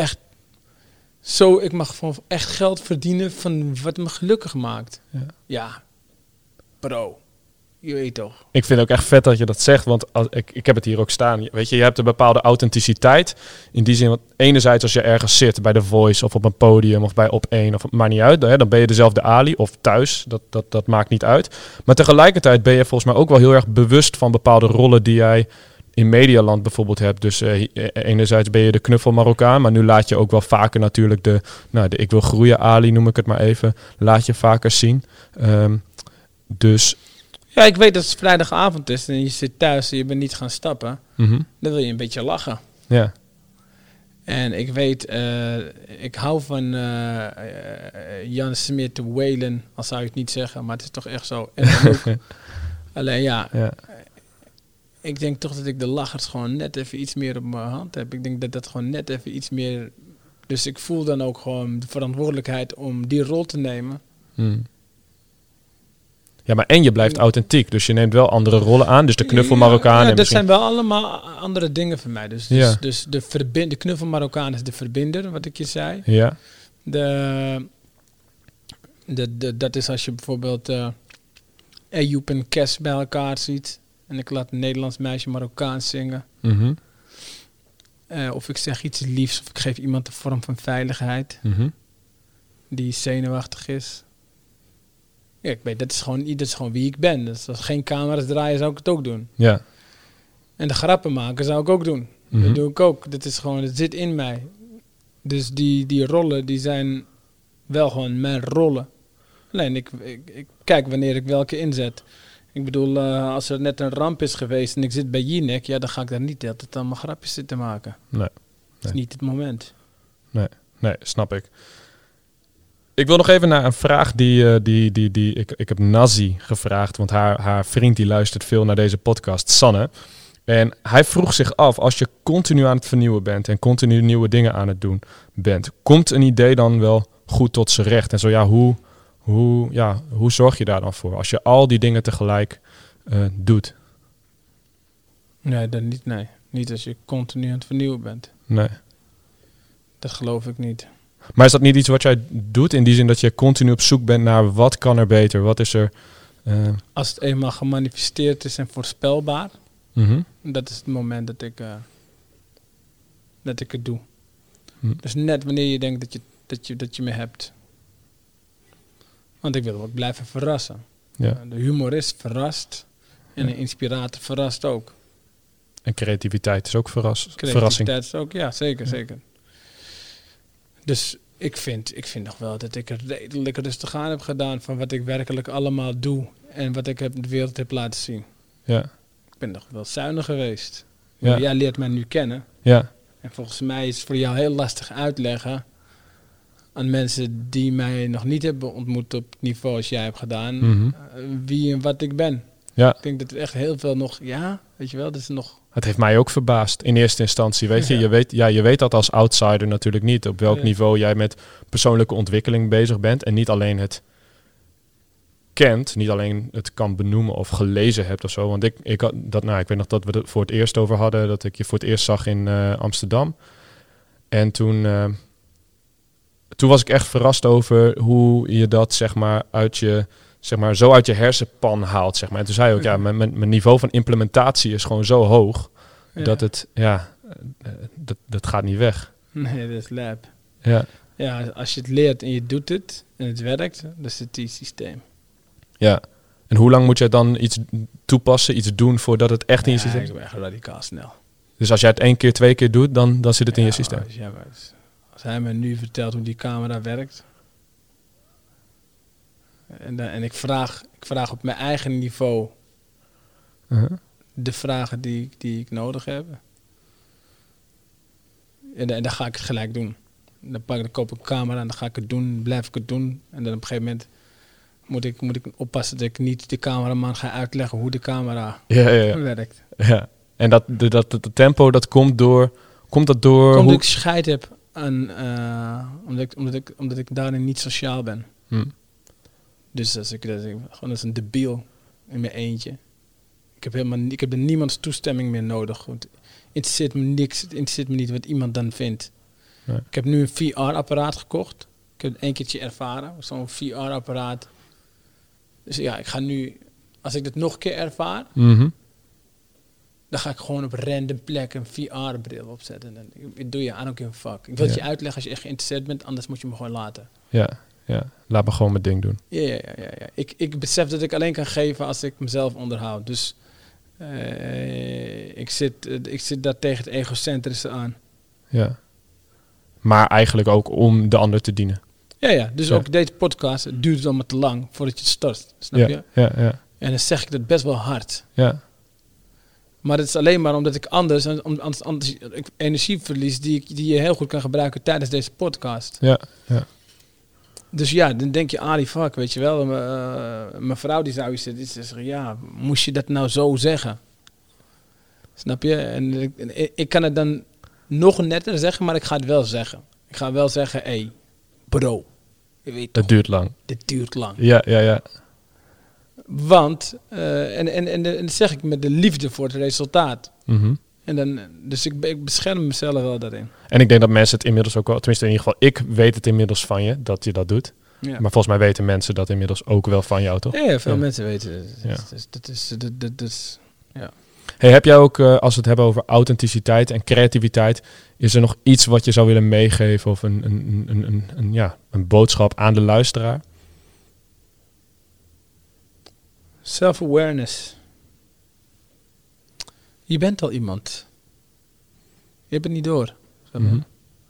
gewoon echt geld verdienen van wat me gelukkig maakt. Ja, bro. Je weet toch. Ik vind het ook echt vet dat je dat zegt, want ik heb het hier ook staan. Weet je hebt een bepaalde authenticiteit. In die zin, want enerzijds als je ergens zit, bij The Voice of op een podium of bij Op1, of het maakt niet uit. Dan ben je dezelfde Ali of thuis, dat maakt niet uit. Maar tegelijkertijd ben je volgens mij ook wel heel erg bewust van bepaalde rollen die jij in Medialand bijvoorbeeld hebt. Dus enerzijds ben je de knuffel Marokkaan, maar nu laat je ook wel vaker natuurlijk de ik wil groeien Ali, noem ik het maar even, laat je vaker zien. Dus... Ja, ik weet dat het vrijdagavond is en je zit thuis en je bent niet gaan stappen. Dan wil je een beetje lachen. Ja. En ik weet, ik hou van Jan Smit te whalen, al zou je het niet zeggen, maar het is toch echt zo. En alleen ik denk toch dat ik de lachers gewoon net even iets meer op mijn hand heb. Ik denk dat dat gewoon net even iets meer... Dus ik voel dan ook gewoon de verantwoordelijkheid om die rol te nemen. Ja, maar en je blijft authentiek. Dus je neemt wel andere rollen aan. Dus de knuffel Marokkaan. Ja, en dat zijn wel allemaal andere dingen voor mij. Dus de knuffel Marokkaan is de verbinder, wat ik je zei. Ja. Dat is als je bijvoorbeeld Ayoub en Kes bij elkaar ziet. En ik laat een Nederlands meisje Marokkaans zingen. Mhm. Of ik zeg iets liefs. Of ik geef iemand een vorm van veiligheid. Mhm. Die zenuwachtig is. Ja, ik weet, dat is gewoon wie ik ben. Dus als geen camera's draaien, zou ik het ook doen. Ja. En de grappen maken zou ik ook doen. Mhm. Dat doe ik ook. Dat is gewoon, het zit in mij. Dus die rollen, die zijn wel gewoon mijn rollen. Alleen ik kijk wanneer ik welke inzet. Ik bedoel, als er net een ramp is geweest en ik zit bij Jinek, ja, dan ga ik daar niet altijd allemaal grapjes zitten maken. Nee. Dat is niet het moment. Nee, snap ik. Ik wil nog even naar een vraag die ik heb Nazi gevraagd, want haar vriend die luistert veel naar deze podcast, Sanne. En hij vroeg zich af, als je continu aan het vernieuwen bent en continu nieuwe dingen aan het doen bent, komt een idee dan wel goed tot zijn recht? En zo ja, hoe zorg je daar dan voor als je al die dingen tegelijk doet? Nee, dat niet. Nee. Niet als je continu aan het vernieuwen bent. Nee. Dat geloof ik niet. Maar is dat niet iets wat jij doet in die zin dat je continu op zoek bent naar wat kan er beter? Wat is er... Als het eenmaal gemanifesteerd is en voorspelbaar, Mhm. dat is het moment dat ik het doe. Hm. Dus net wanneer je denkt dat je me hebt. Want ik wil ook blijven verrassen. Ja. De humorist verrast en een inspirator verrast ook. En creativiteit is ook verrassing. Creativiteit is ook, ja, zeker. Dus ik vind nog wel dat ik er redelijk rustig aan heb gedaan van wat ik werkelijk allemaal doe en wat ik de wereld heb laten zien. Ja. Ik ben nog wel zuinig geweest. Ja. Jij leert mij nu kennen. Ja. En volgens mij is het voor jou heel lastig uitleggen aan mensen die mij nog niet hebben ontmoet op het niveau als jij hebt gedaan, Mhm. Wie en wat ik ben. Ja. Ik denk dat er echt heel veel nog, ja, weet je wel, dat is nog... Het heeft mij ook verbaasd in eerste instantie. Weet je, Ja. je weet dat als outsider natuurlijk niet. Op welk niveau jij met persoonlijke ontwikkeling bezig bent. En niet alleen het kent, niet alleen het kan benoemen of gelezen hebt of zo. Want ik weet nog dat we het voor het eerst over hadden. Dat ik je voor het eerst zag in Amsterdam. En toen was ik echt verrast over hoe je dat zeg maar uit je hersenpan haalt. Zeg maar. En toen zei je ook, ja, mijn niveau van implementatie is gewoon zo hoog. Ja. Dat het, dat gaat niet weg. Nee, dat is lab. Ja. Ja, als je het leert en je doet het en het werkt, dan is het die systeem. Ja. En hoe lang moet jij dan iets toepassen, iets doen voordat het echt in je systeem Ik zit? ben echt radicaal snel. Dus als jij het 1 keer, 2 keer doet, dan zit het in je systeem. Als hij me nu vertelt hoe die camera werkt. En ik vraag op mijn eigen niveau Uh-huh. de vragen die ik nodig heb. En dan ga ik het gelijk doen. Dan koop ik een camera en dan ga ik het doen, blijf ik het doen. En dan op een gegeven moment moet ik oppassen dat ik niet de cameraman ga uitleggen hoe de camera werkt. Ja. En dat tempo, dat komt door... Omdat ik scheid heb aan... omdat ik daarin niet sociaal ben. Dus als ik gewoon als een debiel in mijn eentje. Ik heb er niemands toestemming meer nodig. Want het interesseert me niks. Het interesseert me niet wat iemand dan vindt. Nee. Ik heb nu een VR-apparaat gekocht. Ik heb het 1 keertje ervaren. Zo'n VR-apparaat. Dus ja, ik ga nu... Als ik het nog een keer ervaar... Mhm. Dan ga ik gewoon op random plekken een VR-bril opzetten. En ik doe je, I don't give a fuck. Ik wil het je uitleggen als je echt geïnteresseerd bent. Anders moet je me gewoon laten. Ja. Laat me gewoon mijn ding doen. Ja. Ik besef dat ik alleen kan geven als ik mezelf onderhoud. Dus ik zit daar tegen het egocentrische aan. Ja. Maar eigenlijk ook om de ander te dienen. Ja. Dus ook deze podcast, het duurt allemaal te lang voordat je het start. Snap je? Ja. En dan zeg ik dat best wel hard. Ja. Maar dat is alleen maar omdat ik anders energie verlies die je heel goed kan gebruiken tijdens deze podcast. Ja. Dus ja, dan denk je, Ali, fuck, weet je wel. Mijn vrouw die zou je zeggen, ja, moest je dat nou zo zeggen? Snap je? En ik kan het dan nog netter zeggen, maar ik ga het wel zeggen. Ik ga wel zeggen, hey, bro, je weet toch, Dat duurt lang. dit duurt lang. Ja. Want, en dat zeg ik met de liefde voor het resultaat. Mhm. En dan, dus ik bescherm mezelf wel daarin. En ik denk dat mensen het inmiddels ook wel... Tenminste, in ieder geval, ik weet het inmiddels van je, dat je dat doet. Ja. Maar volgens mij weten mensen dat inmiddels ook wel van jou, toch? Ja, veel Ja. mensen weten. Ja. Dat is Hey, heb jij ook, als we het hebben over authenticiteit en creativiteit, is er nog iets wat je zou willen meegeven of een boodschap aan de luisteraar? self-awareness. Je bent al iemand. Je hebt het niet door. Zeg maar. Mhm.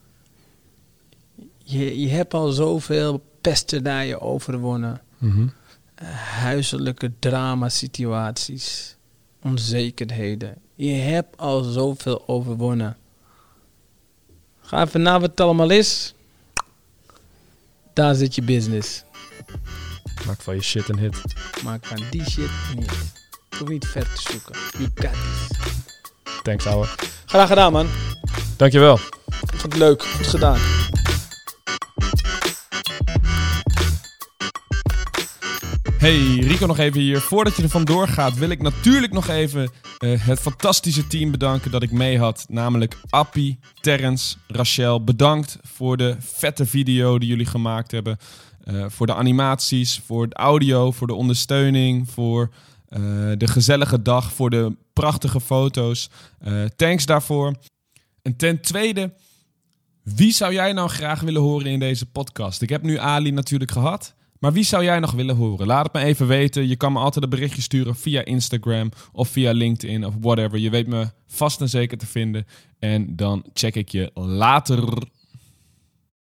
Je hebt al zoveel pesten naar je overwonnen. Mhm. Huiselijke drama-situaties. Onzekerheden. Je hebt al zoveel overwonnen. Ga even naar wat het allemaal is. Daar zit je business. Maak van je shit een hit. Maak van die shit niet. Je hoeft niet ver te zoeken. You got this. Thanks, ouwe. Graag gedaan, man. Dankjewel. Ik vond het leuk. Goed gedaan. Hey, Rico nog even hier. Voordat je er vandoor gaat, wil ik natuurlijk nog even het fantastische team bedanken dat ik mee had. Namelijk Appie, Terrence, Rachel. Bedankt voor de vette video die jullie gemaakt hebben. Voor de animaties, voor de audio, voor de ondersteuning, voor de gezellige dag, voor de prachtige foto's. Thanks daarvoor. En ten tweede, wie zou jij nou graag willen horen in deze podcast? Ik heb nu Ali natuurlijk gehad. Maar wie zou jij nog willen horen? Laat het me even weten. Je kan me altijd een berichtje sturen via Instagram of via LinkedIn of whatever. Je weet me vast en zeker te vinden. En dan check ik je later.